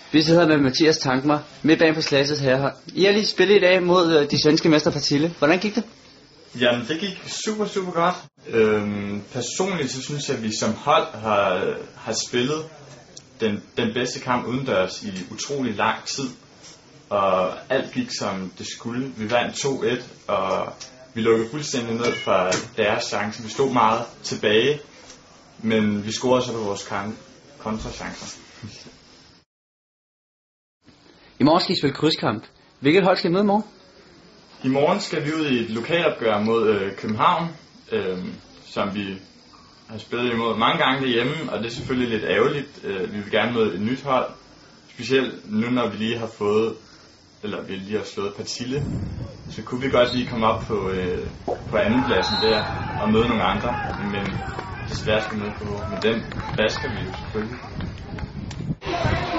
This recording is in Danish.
Vi sidder med Mathias Tankmar, midtbanen på Slasses her. I har lige spillet i dag mod de svenske mestre Partille. Hvordan gik det? Jamen, det gik super godt. Personligt så synes jeg, at vi som hold har spillet den bedste kamp udendørs i utrolig lang tid. Og alt gik som det skulle. Vi vandt 2-1, og vi lukkede fuldstændig ned for deres chance. Vi stod meget tilbage, men vi scorede så på vores kontrachancer. I morgen skal I spille krydskamp. Hvilket hold skal I møde i morgen? I morgen skal vi ud i et lokalopgør mod København, som vi har spillet imod mange gange derhjemme, og det er selvfølgelig lidt ærgerligt. Vi vil gerne møde et nyt hold, specielt nu når vi lige har slået Partille. Så kunne vi godt lige komme op på andenpladsen der og møde nogle andre, men desværre skal vi møde på. Men den basker vi jo selvfølgelig.